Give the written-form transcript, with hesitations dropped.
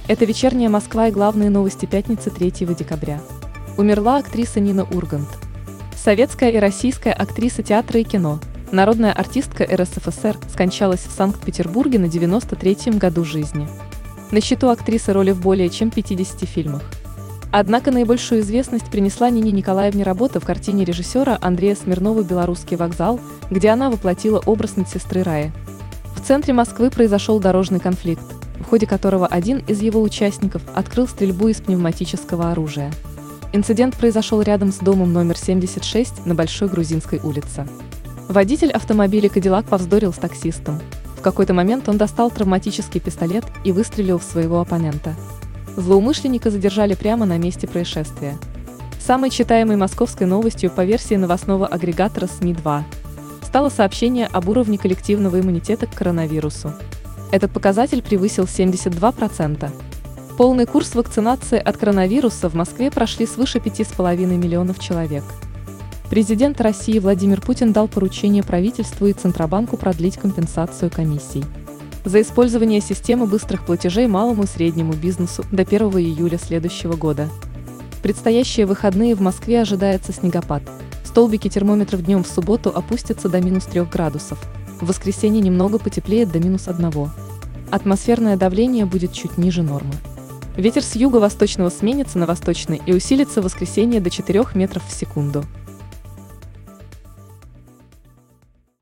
Это «Вечерняя Москва» и главные новости пятницы 3 декабря. Умерла актриса Нина Ургант. Советская и российская актриса театра и кино, народная артистка РСФСР, скончалась в Санкт-Петербурге на 93-м году жизни. На счету актрисы роли в более чем 50 фильмах. Однако наибольшую известность принесла Нине Николаевне работа в картине режиссера Андрея Смирнова «Белорусский вокзал», где она воплотила образ медсестры Раи. В центре Москвы произошел дорожный конфликт, в ходе которого один из его участников открыл стрельбу из пневматического оружия. Инцидент произошел рядом с домом номер 76 на Большой Грузинской улице. Водитель автомобиля «Кадиллак» повздорил с таксистом. В какой-то момент он достал травматический пистолет и выстрелил в своего оппонента. Злоумышленника задержали прямо на месте происшествия. Самой читаемой московской новостью по версии новостного агрегатора СМИ-2 стало сообщение об уровне коллективного иммунитета к коронавирусу. Этот показатель превысил 72%. Полный курс вакцинации от коронавируса в Москве прошли свыше 5,5 миллионов человек. Президент России Владимир Путин дал поручение правительству и Центробанку продлить компенсацию комиссий за использование системы быстрых платежей малому и среднему бизнесу до 1 июля следующего года. В предстоящие выходные в Москве ожидается снегопад. Столбики термометров днем в субботу опустятся до -3 градусов. В воскресенье немного потеплеет до -1. Атмосферное давление будет чуть ниже нормы. Ветер с юго-восточного сменится на восточный и усилится в воскресенье до 4 метров в секунду.